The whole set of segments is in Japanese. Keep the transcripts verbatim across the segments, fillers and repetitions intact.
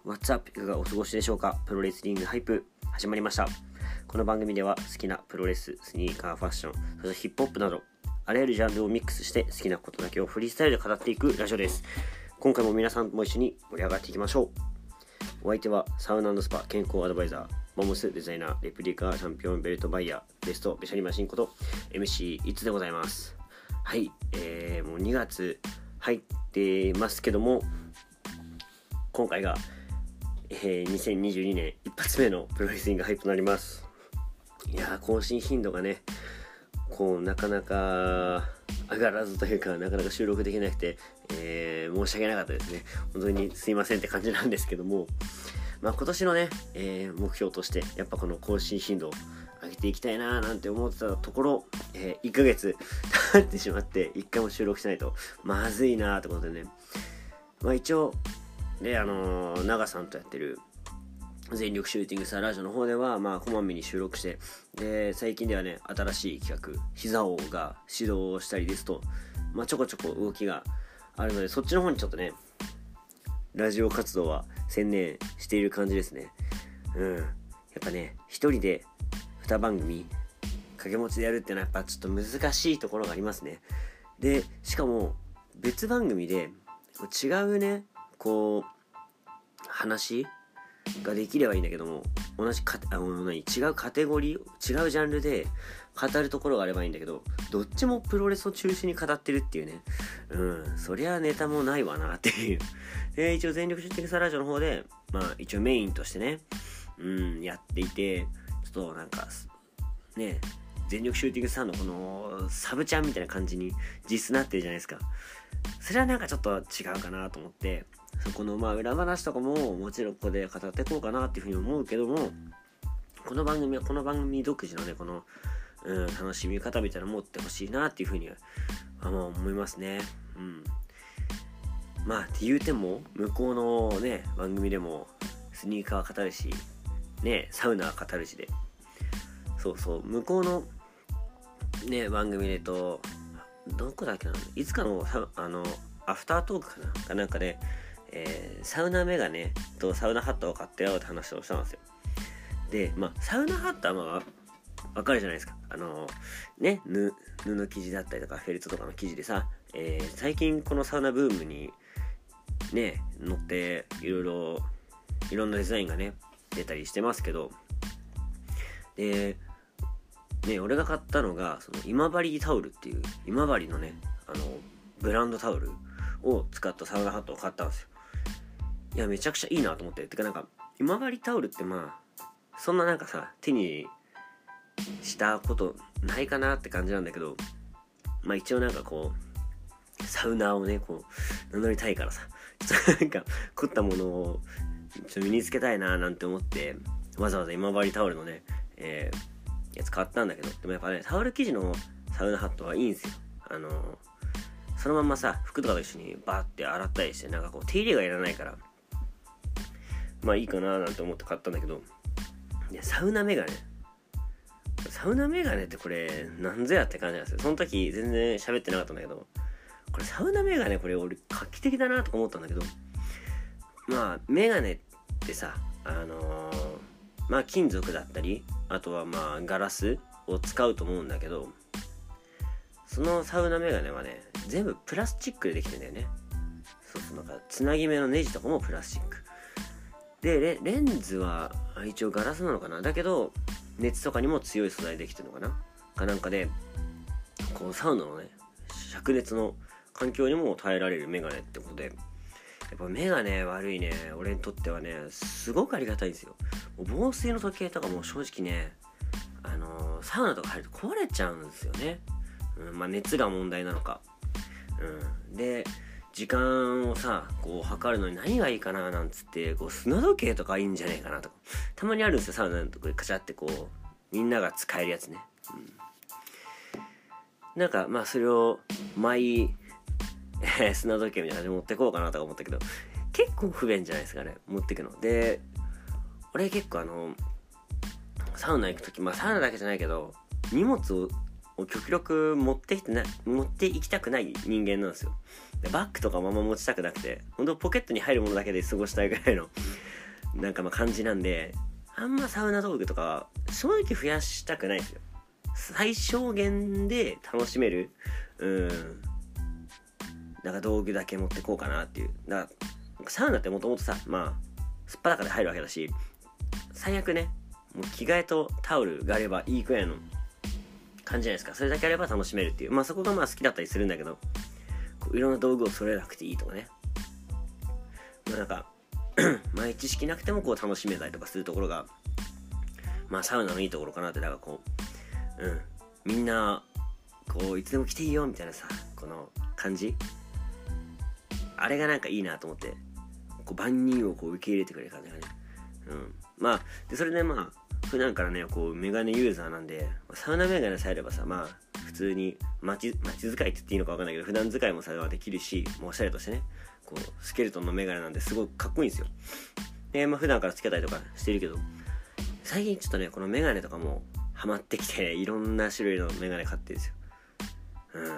What's up? いかがお過ごしでしょうか。プロレスリングハイプ始まりました。この番組では好きなプロレス、スニーカー、ファッション、そしてヒップホップなどあらゆるジャンルをミックスして好きなことだけをフリースタイルで語っていくラジオです。今回も皆さんも一緒に盛り上がっていきましょう。お相手はサウナ&スパ健康アドバイザー、モモスデザイナー、レプリカチャンピオンベルトバイヤー、ベストベシャリマシンこと エムシー いつでございます。はい、えー、もうにがつ入ってますけども、今回が、えー、にせんにじゅうにねん一発目のプロレスリングハイプとなります。いやー、更新頻度がね、こうなかなか上がらずというか、なかなか収録できなくて、えー、申し訳なかったですね。本当にすいませんって感じなんですけども、まあ今年のね、えー、目標としてやっぱこの更新頻度を上げていきたいなーなんて思ってたところ、えー、いっかげつ経ってしまっていっかいも収録しないとまずいなーってことでね、まあ一応であのー、長さんとやってる全力シューティングスターラジオの方ではまあこまめに収録して、で最近ではね新しい企画膝王が指導をしたりですと、まあちょこちょこ動きがあるので、そっちの方にちょっとねラジオ活動は専念している感じですね。うんやっぱね一人でにばんぐみ掛け持ちでやるっていうのはやっぱちょっと難しいところがありますね。でしかも別番組で違うねこう話ができればいいんだけども、同じかあの何違うカテゴリー違うジャンルで語るところがあればいいんだけど、どっちもプロレスを中心に語ってるっていうね、うんそりゃネタもないわなっていうで一応全力シューティングスターラジオの方でまあ一応メインとしてねうんやっていて、ちょっとなんかね全力シューティングスターのこのサブちゃんみたいな感じに実質なってるじゃないですか。それはなんかちょっと違うかなと思って、そこのまあ裏話とかももちろんここで語っていこうかなっていうふうに思うけども、この番組はこの番組独自のねこの、うん、楽しみ方みたいなの持ってほしいなっていうふうにはまあ思いますね。うんまあって言うても向こうのね番組でもスニーカー語るしねサウナー語るしで、そうそう向こうのね番組でとどこだっけな、いつかのあのアフタートークかなかなんかで、えー、サウナメガネとサウナハットを買ってやろうって話をしたんですよ。でまあサウナハットはまあわかるじゃないですか。あのねぬ布生地だったりとかフェルトとかの生地でさ、えー、最近このサウナブームにね乗っていろいろいろんなデザインがね出たりしてますけど、でね俺が買ったのがその今治タオルっていう今治のねあのブランドタオルを使ったサウナハットを買ったんですよ。いやめちゃくちゃいいなと思って、てかなんか今治タオルってまあそんななんかさ手にしたことないかなって感じなんだけど、まあ一応なんかこうサウナーをねこう名乗りたいからさ、ちょっとなんか凝ったものをちょっと身につけたいななんて思ってわざわざ今治タオルのね、えー、やつ買ったんだけど、でもやっぱねタオル生地のサウナハットはいいんですよ。あのー、そのまんまさ服とかと一緒にバーって洗ったりして、なんかこう手入れがいらないからまあいいかななんて思って買ったんだけど、いやサウナメガネサウナメガネってこれなんぞやって感じなんですよ。その時全然喋ってなかったんだけど、これサウナメガネこれ俺画期的だなとか思ったんだけど、まあメガネってさあのー、まあ金属だったりあとはまあガラスを使うと思うんだけど、そのサウナメガネはね全部プラスチックでできてんだよね。そうそう、なんかつなぎ目のネジとかもプラスチックで レ, レンズは一応ガラスなのかな、だけど熱とかにも強い素材できてるのかなかなんかで、こうサウナのね灼熱の環境にも耐えられるメガネってことで、やっぱメガネ悪いね俺にとってはねすごくありがたいんですよ。もう防水の時計とかも正直ねあのー、サウナとか入ると壊れちゃうんですよね。うん、まあ熱が問題なのか、うん、で時間をさこう測るのに何がいいかななんつってこう砂時計とかいいんじゃないかなとかたまにあるんですよ。サウナのとこでカチャってこうみんなが使えるやつね、うん、なんかまあそれをマイ、えー、砂時計みたいな感じで持ってこうかなとか思ったけど、結構不便じゃないですかね持ってくので。俺結構あのサウナ行くとき、まあサウナだけじゃないけど荷物をを極力持ってきてな持っていきたくない人間なんですよ。でバッグとかまま持ちたくなくて、本当ポケットに入るものだけで過ごしたいぐらいのなんかまあ感じなんで、あんまサウナ道具とか正直増やしたくないですよ。最小限で楽しめる、うんなんか道具だけ持ってこうかなっていう。だからサウナってもともとさ、まあすっぱだかで入るわけだし、最悪ね、もう着替えとタオルがあればいいくらいの感じじゃないですか。それだけあれば楽しめるっていう、まあそこがまあ好きだったりするんだけど、こういろんな道具を揃えなくていいとかね、まあなんか前知識なくてもこう楽しめたりとかするところがまあサウナのいいところかなって。だからこううんみんなこういつでも来ていいよみたいなさ、この感じ、あれがなんかいいなと思って、こう万人をこう受け入れてくれる感じがね、うんまあでそれでまあ普段からねこうメガネユーザーなんで、サウナメガネさえあればさ、まあ普通に街街使いって言っていいのか分かんないけど、普段使いもさできるし、もうおしゃれとしてね、こうスケルトンのメガネなんですごいかっこいいんですよ。でまあ普段からつけたりとかしてるけど、最近ちょっとねこのメガネとかもハマってきて、いろんな種類のメガネ買ってるんですよ。うん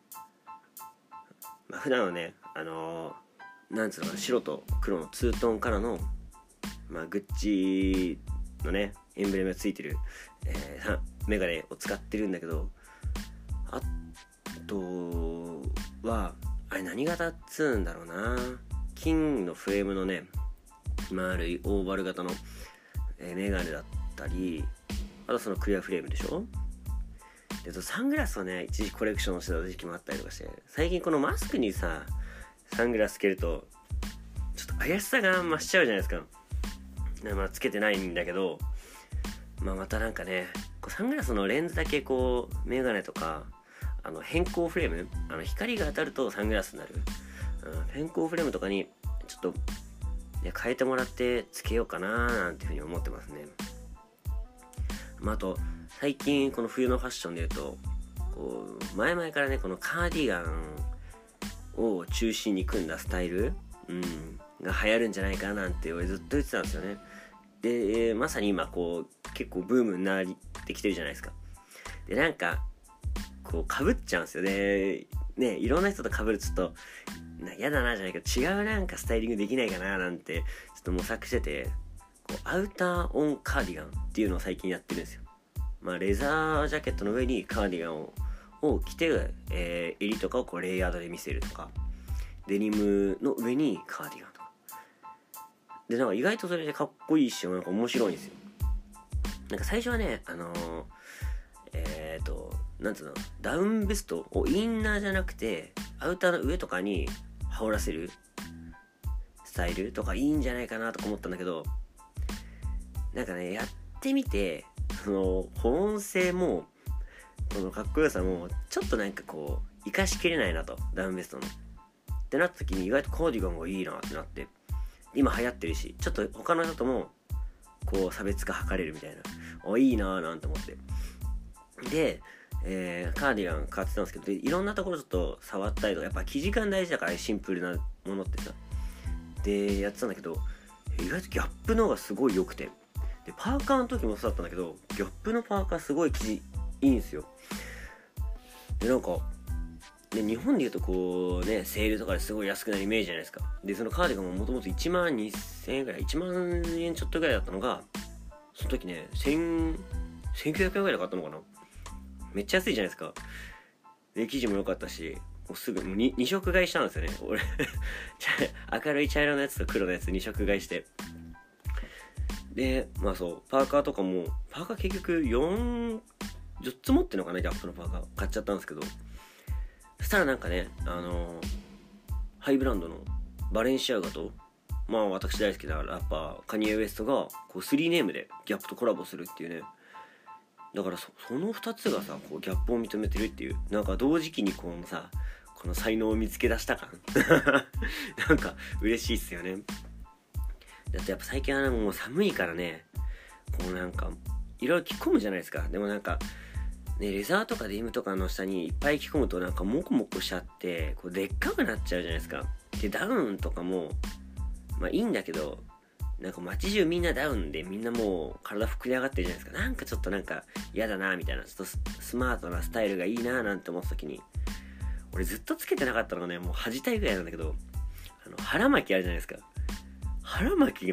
まあ普段はねあのー、なんつうのかな、白と黒のツートンからのまあグッチのねエンブレムがついてる、えー、メガネを使ってるんだけど、あとはあれ何型っつうんだろうな、金のフレームのね丸いオーバル型の、えー、メガネだったり、あとそのクリアフレームでしょ。でサングラスをね一時コレクションしてた時期もあったりとかして、最近このマスクにさサングラスつけるとちょっと怪しさが増しちゃうじゃないですか。まあつけてないんだけど、まあまたなんかねこうサングラスのレンズだけこうメガネとかあの変光フレーム、あの光が当たるとサングラスになる、うん、変光フレームとかにちょっと、ね、変えてもらってつけようかななんていうふうに思ってますね。まあ、あと最近この冬のファッションでいうと、こう前々からねこのカーディガンを中心に組んだスタイル、うん、が流行るんじゃないかななんて俺ずっと言ってたんですよね。でまさに今こう結構ブームになってきてるじゃないですか。でなんかこう被っちゃうんですよね。ねいろんな人と被るとちょっと嫌だなじゃないけど、違うなんかスタイリングできないかななんてちょっと模索してて、こうアウターオンカーディガンっていうのを最近やってるんですよ。まあレザージャケットの上にカーディガンをを着て、えー、襟とかをこうレイヤードで見せるとか、デニムの上にカーディガンとかで、なんか意外とそれでかっこいいし、なんか面白いんですよ。なんか最初はねあのー、えっ、ー、となんつうの、ダウンベストをインナーじゃなくてアウターの上とかに羽織らせるスタイルとかいいんじゃないかなとか思ったんだけど、なんかねやってみてその保温性もこのかっこよさもちょっとなんかこう生かしきれないなと、ダウンベストのってなった時に意外とカーディガンがいいなってなって、今流行ってるしちょっと他の人ともこう差別化図れるみたいな、おいいなーなんて思って、で、えー、カーディガン買ってたんですけど、でいろんなところちょっと触ったりとか、やっぱ生地感大事だからシンプルなものってさ、でやってたんだけど意外とギャップの方がすごい良くて、でパーカーの時もそうだったんだけど、ギャップのパーカーすごい生地いいんですよ。でなんかで日本でいうとこうねセールとかですごい安くなるイメージじゃないですか。でそのカーディガンももともといちまんにせんえんぐらい、いちまんえんちょっとぐらいだったのが、その時ねせんきゅうひゃくえんぐらいで買ったのかな。めっちゃ安いじゃないですか。で生地も良かったし、もうすぐもう 2, 2色買いしたんですよね俺明るい茶色のやつと黒のやつに色買いして、でまあそうパーカーとかもパーカー結局よん、よっつ持ってるのかな、ギャップのパーカー買っちゃったんですけど、そしたらなんかねあのー、ハイブランドのバレンシアガとまあ私大好きなラッパーカニエ・ウエストがこうスリーネームでギャップとコラボするっていうね。だから そ, そのふたつがさこうギャップを認めてるっていう、なんか同時期にこのさこの才能を見つけ出した感なんか嬉しいっすよね。だってやっぱ最近は、ね、もう寒いからね、こうなんかいろいろ着込むじゃないですか。でもなんかねレザーとかデニムとかの下にいっぱい着込むとなんかモコモコしちゃってこうでっかくなっちゃうじゃないですか。でダウンとかもまあいいんだけど、なんか街中みんなダウンでみんなもう体膨れ上がってるじゃないですか。なんかちょっとなんか嫌だなみたいな、ちょっと ス, スマートなスタイルがいいななんて思った時に、俺ずっとつけてなかったのがねもう恥じたいぐらいなんだけど、あの腹巻きあるじゃないですか。腹巻きがめっ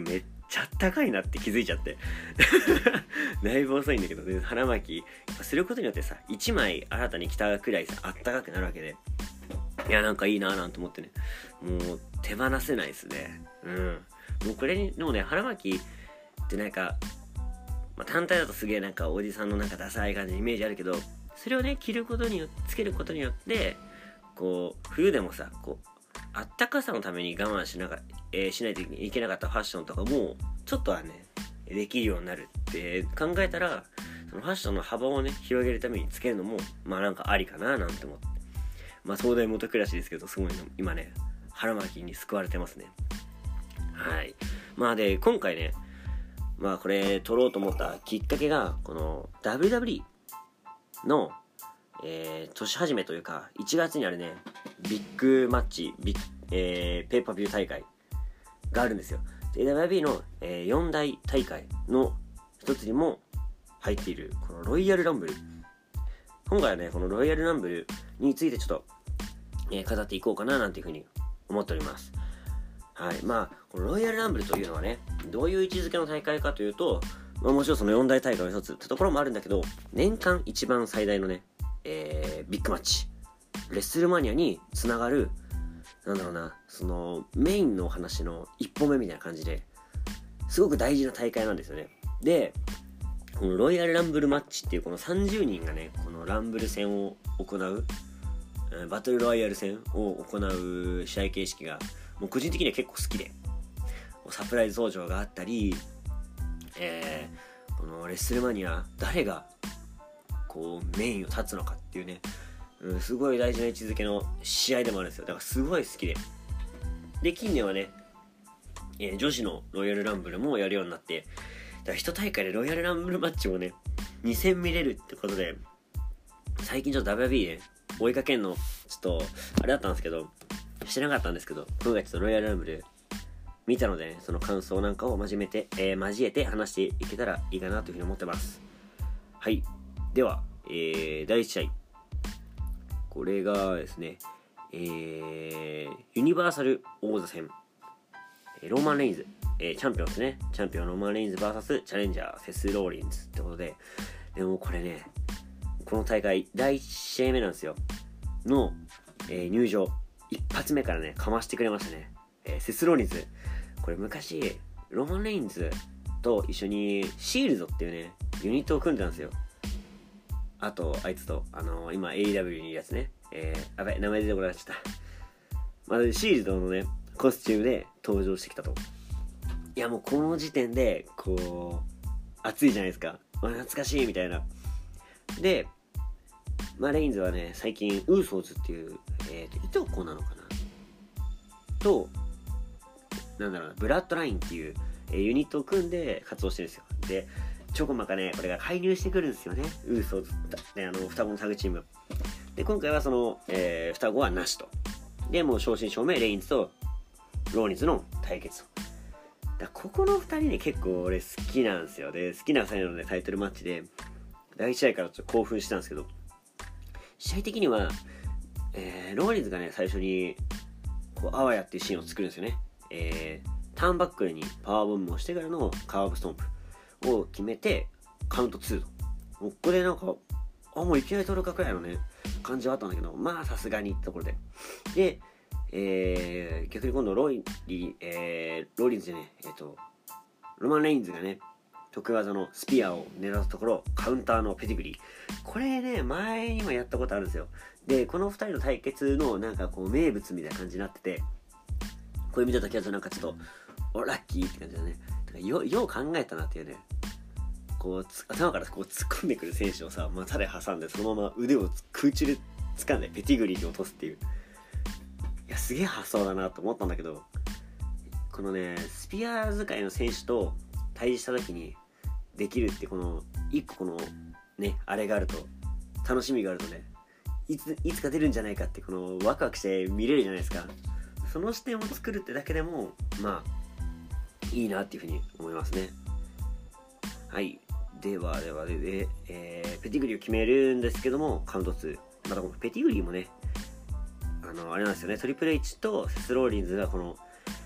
ちゃ高いなって気づいちゃってだいぶ遅いんだけど、ね、腹巻きすることによってさ、いちまい新たに着たくらいさあったかくなるわけで、いやなんかいいなーなんて思ってね、もう手放せないですね。うんもうこれにでもね、腹巻きってなんか、まあ、単体だとすげえなんかおじさんのなんかダサい感じのイメージあるけど、それをね着ることによってつけることによってこう冬でもさ、こうあったかさのために我慢しなが、えー、しないといけなかったファッションとかもちょっとはねできるようになるって考えたら、そのファッションの幅をね広げるためにつけるのもまあなんかありかななんて思って、まあ東大元暮らしですけど、すごいの今ね腹巻きに救われてますね。はい。まあで今回ね、まあこれ撮ろうと思ったきっかけが、この ダブリューダブリューイー の、えー、年始めというかいちがつにあるねビッグマッチビッ、えー、ペーパービュー大会があるんですよ。で ダブリューダブリューイー の、えー、よん大大会の一つにも入っているこのロイヤルランブル。今回はねこのロイヤルランブルについてちょっと、えー、語っていこうかななんていうふうに思っております。はい。まあこのロイヤルランブルというのはね、どういう位置づけの大会かというと、まあ、もちろんそのよん大大会の一つってところもあるんだけど、年間一番最大のね、えー、ビッグマッチレッスルマニアにつながる、なんだろうな、そのメインのお話の一歩目みたいな感じですごく大事な大会なんですよね。でこのロイヤルランブルマッチっていうこのさんじゅうにんがねこのランブル戦を行うバトルロイヤル戦を行う試合形式がもう個人的には結構好きで、サプライズ登場があったり、えー、このレッスルマニア誰がこうメインを立つのかっていうね、うん、すごい大事な位置づけの試合でもあるんですよ。だからすごい好きで、で近年はね、えー、女子のロイヤルランブルもやるようになって、だから一大会でロイヤルランブルマッチもねに戦見れるってことで、最近ちょっと ダブリューダブリューイー で追いかけんのちょっとあれだったんですけど、してなかったんですけど、今回ちょっとロイヤルランブル見たので、ね、その感想なんかを交めて、えー、交えて話していけたらいいかなというふうに思ってます。はい。では、えー、だいいち試合、これがですね、えー、ユニバーサル王座戦、ローマン・レインズ、えー、チャンピオンですね。チャンピオンローマン・レインズ ブイエス チャレンジャーセス・ローリンズってことで、でもこれね、この大会だいいち試合目なんですよの、えー、入場一発目からねかましてくれましたね。えー、セス・ローリンズ、これ昔ローマン・レインズと一緒にシールドっていうねユニットを組んでたんですよ。あとあいつとあのー、今 エーイーダブリュー にいるやつね、えー、やばい名前出てこなかった。まずシールドのねコスチュームで登場してきたと。いやもうこの時点でこう熱いじゃないですか、まあ、懐かしいみたいな。でまあレインズはね最近ウーソーズっていう、えー、といとこなのかなと、なんだろうな、ブラッドラインっていう、えー、ユニットを組んで活動してるんですよ。でちょこまかねこれが介入してくるんですよね、ウーソーズってあの双子のタグチームで、今回はその、えー、双子はなしと。でもう正真正銘レインズとローリンズの対決と。だここのふたりね結構俺好きなんですよ。で好きなふたりの、ね、タイトルマッチでだいいち試合からちょっと興奮したんですけど、試合的には、えー、ローリンズがね最初にこうあわやっていうシーンを作るんですよね。えー、ターンバックルにパワーボムをしてからのカーブストンプを決めてカウントツーと。もうここでなんかあもういきなり取るかくらいのね感じはあったんだけど、まあさすがにってところでで、えー、逆に今度ロイリ、えー、ローリンズでねえっ、ー、とロマン・レインズがね得意技のスピアを狙ったところカウンターのペディグリー、これね前にもやったことあるんですよ。でこのふたりの対決のなんかこう名物みたいな感じになってて、これ見た時はなんかちょっとおラッキーって感じだね。だからよよう考えたなっていうね、こう頭からこう突っ込んでくる選手をさ股で挟んでそのまま腕を空中で掴んでペティグリーに落とすっていう、いやすげえ発想だなと思ったんだけど、このねスピアー使いの選手と対峙した時にできるってこの一個このねあれがあると楽しみがあるとね、いついつか出るんじゃないかってこのワクワクして見れるじゃないですか。その視点を作るってだけでもまあいいなっていうふうに思いますね。はい、ではではでで、えー、ペティグリーを決めるんですけどもカウントツー、またこのペティグリーもねあのあれなんですよね、トリプル H とセスローリンズがこの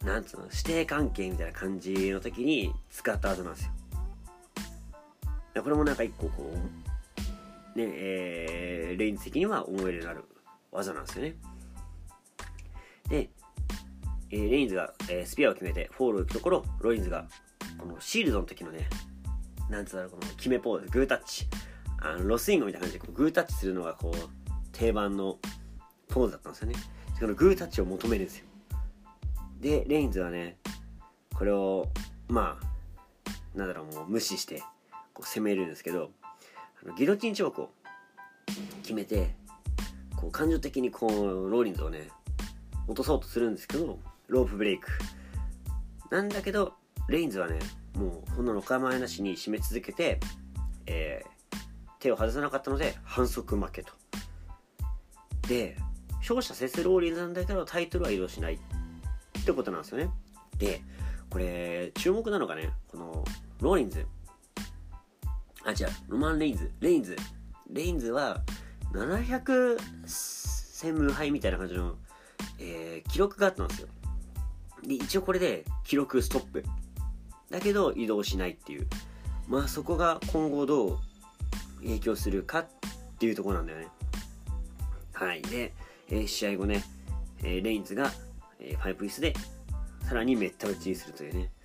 なんつうの師弟関係みたいな感じの時に使った技なんですよ。これもなんか一個こうねえー、レインズ的には思い入れのある技なんですよね。で、えー、レインズが、えー、スピアを決めてフォールを行くところ、ロインズがこのシールドの時のね、なんつうのこの決めポーズ、グータッチ、あのロスインゴみたいな感じでこうグータッチするのがこう定番のポーズだったんですよね。そのグータッチを求めるんですよ。でレインズはねこれをまあなんだろうもう無視してこう攻めるんですけど、あのギロチンチョークを決めてこう感情的にこうローリンズをね落とそうとするんですけど、ロープブレイクなんだけどレインズはねもうそんなのお構いなしに締め続けて、えー、手を外さなかったので反則負けと。で勝者セス・ローリンズなんだけどタイトルは移動しないってことなんですよね。でこれ注目なのがね、このローリンズあ違うロマン・レインズレインズレインズはななひゃく戦無敗みたいな感じの、えー、記録があったんですよ。で一応これで記録ストップだけど移動しないっていう、まあそこが今後どう影響するかっていうところなんだよね。はい。で、えー、試合後ね、えー、レインズが、えー、パイプ椅子でさらにめった打ちにするというね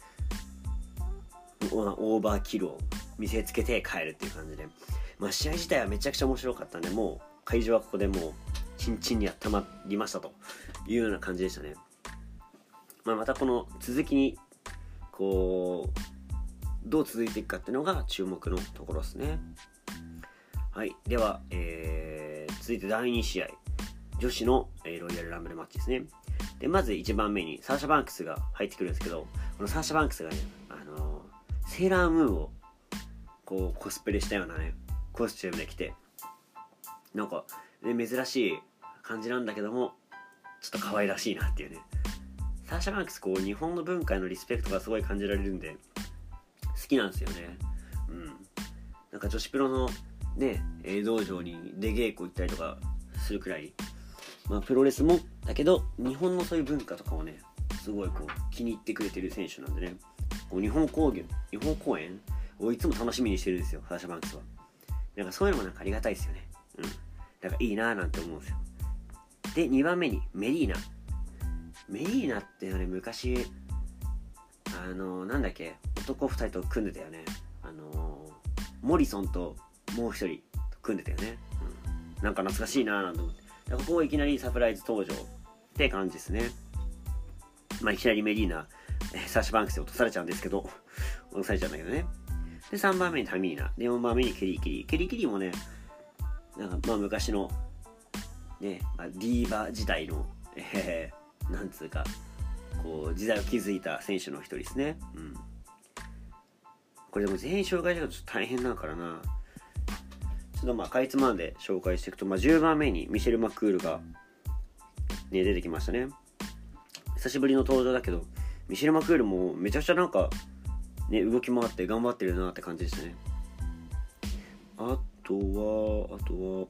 オーバーキルを見せつけて帰るっていう感じで、まあ試合自体はめちゃくちゃ面白かったんで、もう会場はここでもうチンチンに温まりましたというような感じでしたね。まあ、またこの続きにこうどう続いていくかっていうのが注目のところですね。はい。では、えー、続いてだいに試合女子の、えー、ロイヤルランブルマッチですね。でまずいちばんめにサーシャ・バンクスが入ってくるんですけど、このサーシャ・バンクスがね、あのー、セーラームーンをこうコスプレしたようなねコスチュームで着てなんか、ね、珍しい感じなんだけどもちょっと可愛らしいなっていうね。サーシャ・バンクスこう日本の文化へのリスペクトがすごい感じられるんで好きなんですよね。うん。なんか女子プロのね道場に出稽古行ったりとかするくらい、まあプロレスもだけど日本のそういう文化とかをねすごいこう気に入ってくれてる選手なんでね、こう日本公演日本公演をいつも楽しみにしてるんですよ、サーシャ・バンクスは。なんかそういうのもなんかありがたいですよね。うん。だからいいなーなんて思うんですよ。でにばんめにメリーナメリーナっていうのね、昔あのー、なんだっけ男ふたりと組んでたよね。あのー、モリソンともう一人と組んでたよね。うん、なんか懐かしいなーなんて思って、ここいきなりサプライズ登場って感じですね。まあいきなりメリーナサーシャ・バンクスで落とされちゃうんですけど落とされちゃうんだけどね。でさんばんめにタミーナでよんばんめにケリーキリーケリーキリーもねなんかまあ昔のね、まあ、ディーバ時代のえー、なんつうかこう時代を築いた選手の一人ですね。うん。これでも全員紹介してるとちょっと大変だからな。ちょっとまあかいつまんで紹介していくと、まあ、じゅうばんめにミシェル・マクールが、ね、出てきましたね。久しぶりの登場だけどミシェル・マクールもめちゃくちゃなんか、ね、動き回って頑張ってるなって感じでしたね。あとはあとは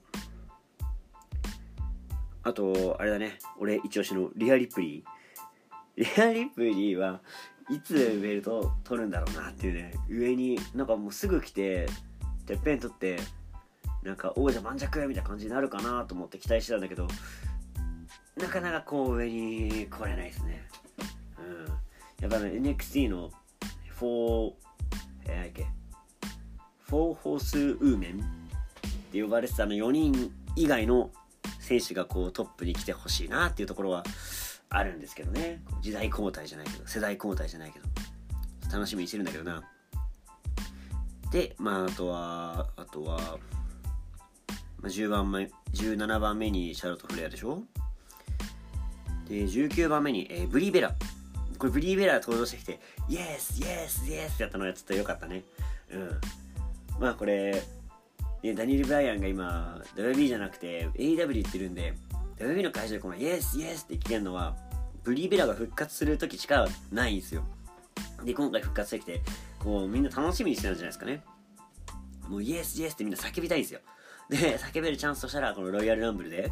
あとあれだね、俺一押しのリア・リプリーリア・リプリーはいつベルト取るんだろうなっていうね。上になんかもうすぐ来ててっぺん取ってなんか王者盤石みたいな感じになるかなと思って期待してたんだけど、なかなかこう上に来れないですね。うん。やっぱね エヌエックスティー のフォーえー、なんだっけフォーホースウーメンって呼ばれてたのよにん以外の選手がこうトップに来てほしいなっていうところはあるんですけどね。時代交代じゃないけど世代交代じゃないけど楽しみにしてるんだけどな。でまああとはあとは、まあ、じゅうばんめじゅうななばんめにシャーロット・フレアでしょ。でじゅうきゅうばんめに、えー、ブリーベラ。これブリーベラ登場してきてイエスイエスイエスってやったのがちょっと良かったね。うん。まあこれね、ダニエル・ブライアンが今 ダブリューダブリューイー じゃなくて エーイーダブリュー 行ってるんで ダブリューダブリューイー の会場でこのイエスイエスって聞けるのはブリーベラが復活する時しかないんですよ。で今回復活してきてこうみんな楽しみにしてたんじゃないですかね。もうイエスイエスってみんな叫びたいんですよ。で叫べるチャンスとしたらこのロイヤルランブルで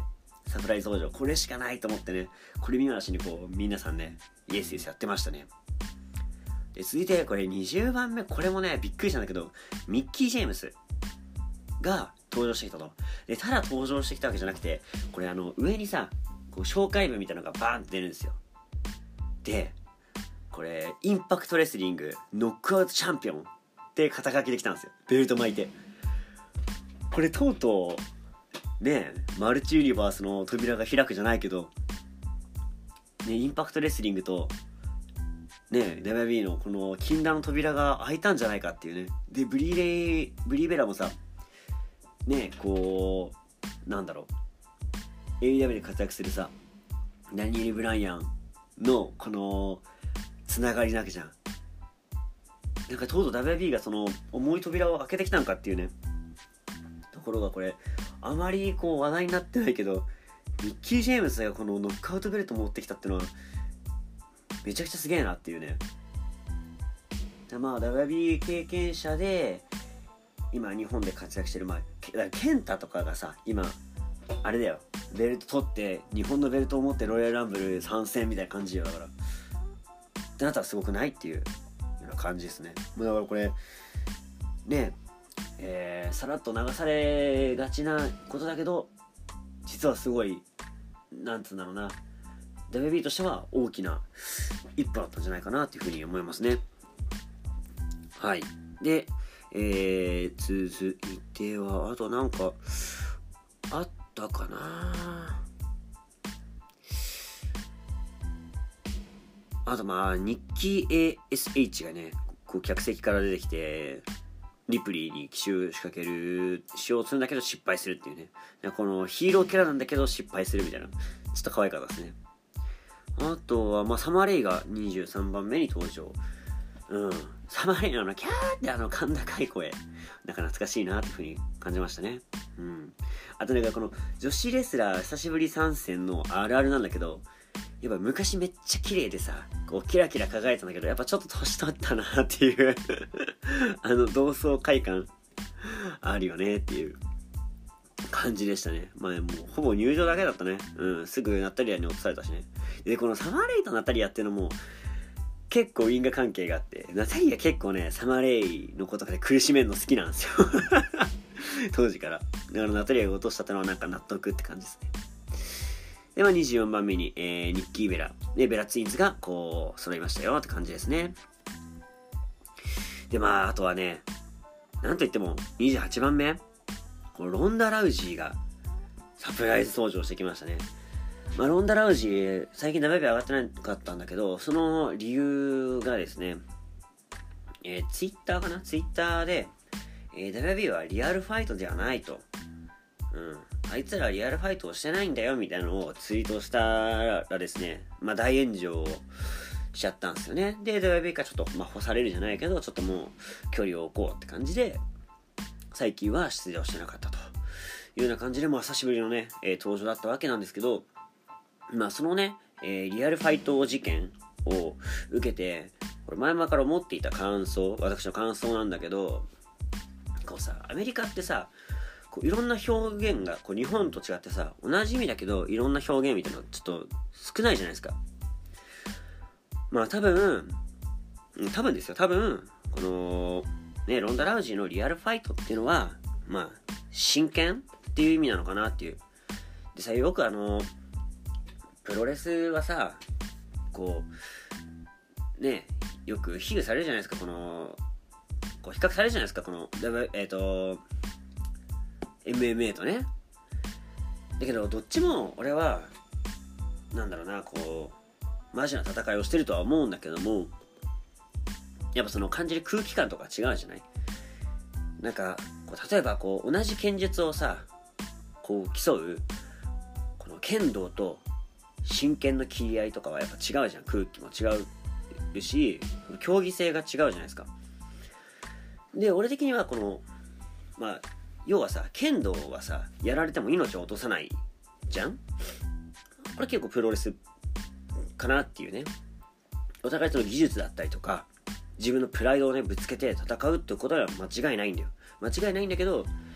サプライズ登場、これしかないと思ってね、これ見回しにこう皆さんねイエスイエスやってましたね。で続いてこれにじゅうばんめ、これもねびっくりしたんだけど、ミッキー・ジェームスが登場してきたと。でただ登場してきたわけじゃなくて、これあの上にさこう紹介文みたいなのがバーンって出るんですよ。でこれインパクトレスリングノックアウトチャンピオンって肩書きできたんですよ、ベルト巻いて。これとうとうねマルチユニバースの扉が開くじゃないけどね、インパクトレスリングとね ダブリューダブリューイー のこの禁断の扉が開いたんじゃないかっていうね。でブリーレイブリーベラもさねこうなんだろう エーイーダブリュー で活躍するさダニエル・ブライアンのこのつながりなわけじゃん。なんかとうとう ダブリューダブリューイー がその重い扉を開けてきたんかっていうねところが、これあまりこう話題になってないけど、ミッキー・ジェームスがこのノックアウトベルト持ってきたっていうのはめちゃくちゃすげえなっていうね。まあ ダブリューダブリューイー 経験者で今日本で活躍してる、まあケンタとかがさ今あれだよ、ベルト取って日本のベルトを持ってロイヤルランブル参戦みたいな感じよ。だからってなったらすごくないっていうような感じですね。だからこれねえー、さらっと流されがちなことだけど、実はすごいなんつうんだろうな、 ダブリューダブリューイー としては大きな一歩だったんじゃないかなっていうふうに思いますね。はい。で、えー、続いてはあとなんかあったかな。あとまあニッキー エーエスエイチ がねこう客席から出てきてリプリーに奇襲を仕掛けるしようとするんだけど失敗するっていうね、このヒーローキャラなんだけど失敗するみたいな、ちょっと可愛かったですね。あとはまあサマーレイがにじゅうさんばんめに登場。うん、サマーレイのあのキャーってあの甲高い声なんか懐かしいなっていう風に感じましたね。うん。あとねこの女子レスラー久しぶり参戦のあるあるなんだけど、やっぱ昔めっちゃ綺麗でさこうキラキラ輝いてたんだけど、やっぱちょっと年取ったなっていうあの同窓会感あるよねっていう感じでしたね。まあもうほぼ入場だけだったね。うん、すぐナタリアに落とされたしね。でこのサマーレイとナタリアっていうのも結構因果関係があって、ナタリア結構ねサマーレイの子とかで苦しめるの好きなんですよ当時から。だからナタリアが落としたってのはなんか納得って感じですね。ではにじゅうよんばんめに、えー、ニッキー・ベラでベラツインズがこう揃いましたよって感じですね。でまああとはねなんといってもにじゅうはちばんめこのロンダ・ラウジーがサプライズ登場してきましたね。まあ、ロンダ・ラウジー最近ダブリューダブリュー上がってなかったんだけど、その理由がですね、えー、ツイッターかなツイッターで、えー、ダブリューダブリュー はリアルファイトではないと、うんあいつらリアルファイトをしてないんだよみたいなのをツイートしたらですね、まあ大炎上しちゃったんですよね。で ダブリューダブリュー からちょっとまあ干されるじゃないけどちょっともう距離を置こうって感じで最近は出場してなかったというような感じで、まあ久しぶりのね、えー、登場だったわけなんですけど、まあそのね、えー、リアルファイト事件を受けてこれ前々から思っていた感想、私の感想なんだけど、こうさアメリカってさこういろんな表現がこう日本と違ってさ同じ意味だけどいろんな表現みたいなのちょっと少ないじゃないですか。まあ多分多分ですよ多分このねロンダ・ラウジーのリアルファイトっていうのはまあ真剣っていう意味なのかなっていう。でさよくあのプロレスはさこうねよく比喩されるじゃないですか、このこう比較されるじゃないですかこのえっ、ー、とエムエムエー とね。だけどどっちも俺はなんだろうなこうマジな戦いをしてるとは思うんだけども、やっぱその感じる空気感とか違うじゃない。なんかこう例えばこう同じ剣術をさこう競うこの剣道と真剣の切り合いとかはやっぱ違うじゃん。空気も違うし競技性が違うじゃないですか。で俺的にはこのまあ要はさ剣道はさやられても命を落とさないじゃん。これ結構プロレスかなっていうね。お互いその技術だったりとか自分のプライドをねぶつけて戦うってことは間違いないんだよ。間違いないんだけど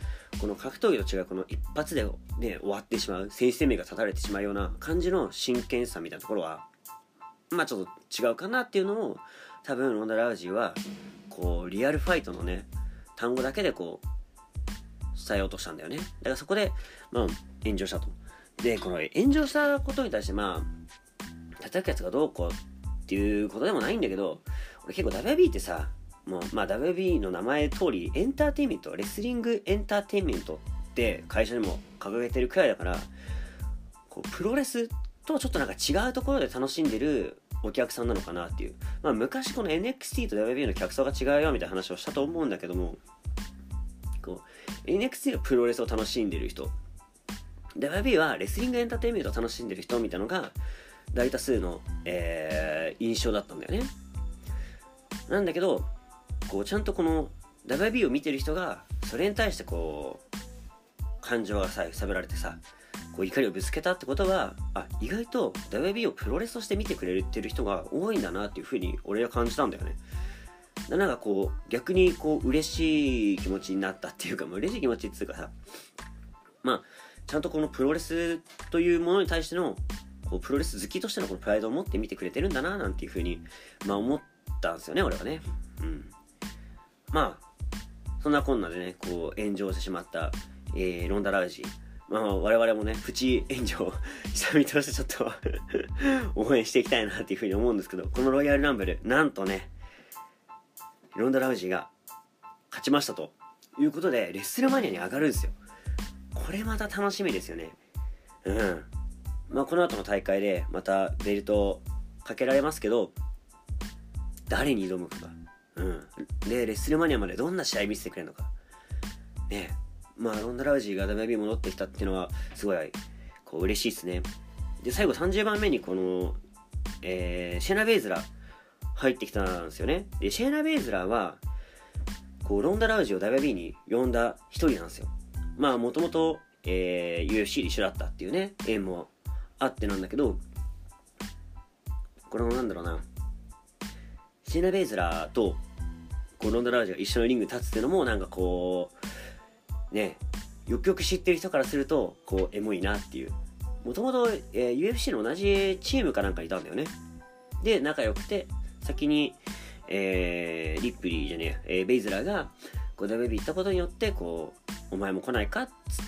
この格闘技と違うこの一発で、ね、終わってしまう、選手生命が絶たれてしまうような感じの真剣さみたいなところはまあちょっと違うかなっていうのを、多分ロンダ・ラウジーはこうリアルファイトのね単語だけでこう伝えようとしたんだよね。だからそこでまあ炎上したと。でこの炎上したことに対してまあ叩くやつがどうこうっていうことでもないんだけど、俺結構 ダブリュービー ってさ、もうまあ ダブリュービー の名前通りエンターテインメント、レスリングエンターテインメントって会社でも掲げてるくらいだから、こうプロレスとちょっとなんか違うところで楽しんでるお客さんなのかなっていう。まあ昔この エヌエックスティー と ダブリュービー の客層が違うよみたいな話をしたと思うんだけども、こう エヌエックスティー はプロレスを楽しんでる人、ダブリュービー はレスリングエンターテインメントを楽しんでる人みたいなのが大多数の、えー、印象だったんだよね。なんだけどこうちゃんとこの ダブリュービー を見てる人がそれに対してこう感情がさ揺さぶられてさ、こう怒りをぶつけたってことは、あ、意外と ダブリュービー をプロレスとして見てくれてる人が多いんだなっていう風に俺は感じたんだよね。だなんかこう逆にこう嬉しい気持ちになったっていうか、まあ、嬉しい気持ちっていうかさ、まあちゃんとこのプロレスというものに対してのこうプロレス好きとしてのこのプライドを持って見てくれてるんだななんていう風にまあ思ったんですよね、俺はね。うん。まあそんなこんなでね、こう炎上してしまった、えー、ロンダ・ラウジー。まあ我々もねプチ炎上した身としてちょっと応援していきたいなっていう風に思うんですけど、このロイヤルランブルなんとねロンダ・ラウジーが勝ちましたということでレッスルマニアに上がるんですよ。これまた楽しみですよね。うん。まあこの後の大会でまたベルトかけられますけど、誰に挑むか。うん。でレッスルマニアまでどんな試合見せてくれるのか。ね。まあロンダ・ラウジーが ダブリュービー 戻ってきたっていうのはすごいこう嬉しいですね。で最後さんじゅうばんめにこの、えー、シェナ・ベイズラー入ってきたんですよね。でシェナ・ベイズラーはこうロンダ・ラウジーを ダブリュービー に呼んだ一人なんですよ。まあもともと ユーエフシー で一緒だったっていうね縁もあってなんだけど、これもなんだろうな、シェナ・ベイズラーとこうロンダ・ラウジーが一緒のリングに立つっていうのもなんかこうね、よくよく知ってる人からするとこうエモいなっていう。もともと ユーエフシー の同じチームかなんかいたんだよね。で仲良くて先に、えー、リップリーじゃねえ、えー、ベイズラーがこう ダブリュービー 行ったことによってこうお前も来ないかっつって、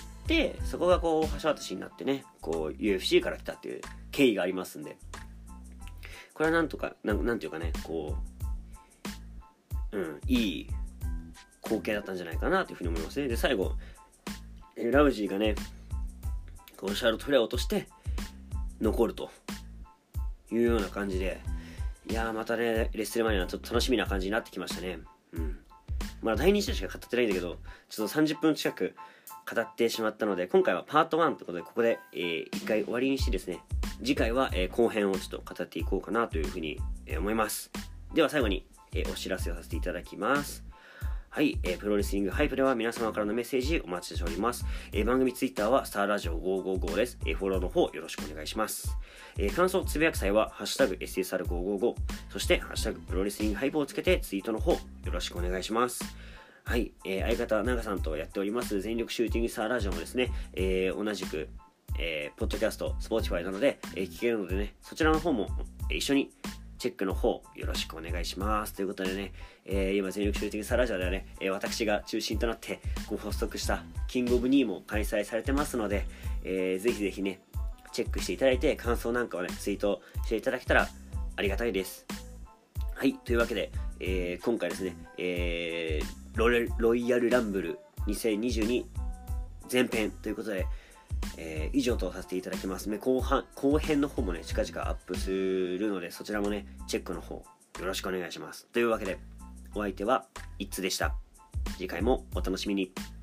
そこがこう橋渡しになってね、こう ユーエフシー から来たっていう経緯がありますんで、これはなんとかな ん, なんていうかね、こううんいい光景だったんじゃないかなというふうに思いますね。で最後ラウジーがねこうシャーロット・フレアを落として残るというような感じで、いやーまたねレッスルマニアちょっと楽しみな感じになってきましたね。うん。まだだいに試合しか語ってないんだけど、ちょっとさんじゅっぷん近く語ってしまったので、今回はパートワンということでここで、えー、一回終わりにしてですね、次回は、えー、後編をちょっと語っていこうかなというふうに、えー、思います。では最後に、えー、お知らせをさせていただきます。はい、えー、プロレスリングハイプでは皆様からのメッセージお待ちしております。えー、番組ツイッターはスターラジオごひゃくごじゅうごです。えー、フォローの方よろしくお願いします。えー、感想つぶやく際はハッシュタグ エスエスアールごひゃくごじゅうご、そしてハッシュタグプロレスリングハイプをつけてツイートの方よろしくお願いします。はい、えー、相方長さんとやっております全力シューティングスターラジオもですね、えー、同じく、えー、ポッドキャスト、スポーティファイなどで、えー、聞けるのでね、そちらの方も、えー、一緒にチェックの方よろしくお願いしますということでね、えー、今全力シューティングスターラジオではね、えー、私が中心となってこう発足したキングオブニーも開催されてますので、えー、ぜひぜひねチェックしていただいて感想なんかをねツイートしていただけたらありがたいです。はい、というわけで、えー、今回ですね、えー、ロ, レロイヤルランブルにせんにじゅうに前編ということで、えー、以上とさせていただきますね。後半後編の方もね近々アップするので、そちらもねチェックの方よろしくお願いします。というわけでお相手はイッツでした。次回もお楽しみに。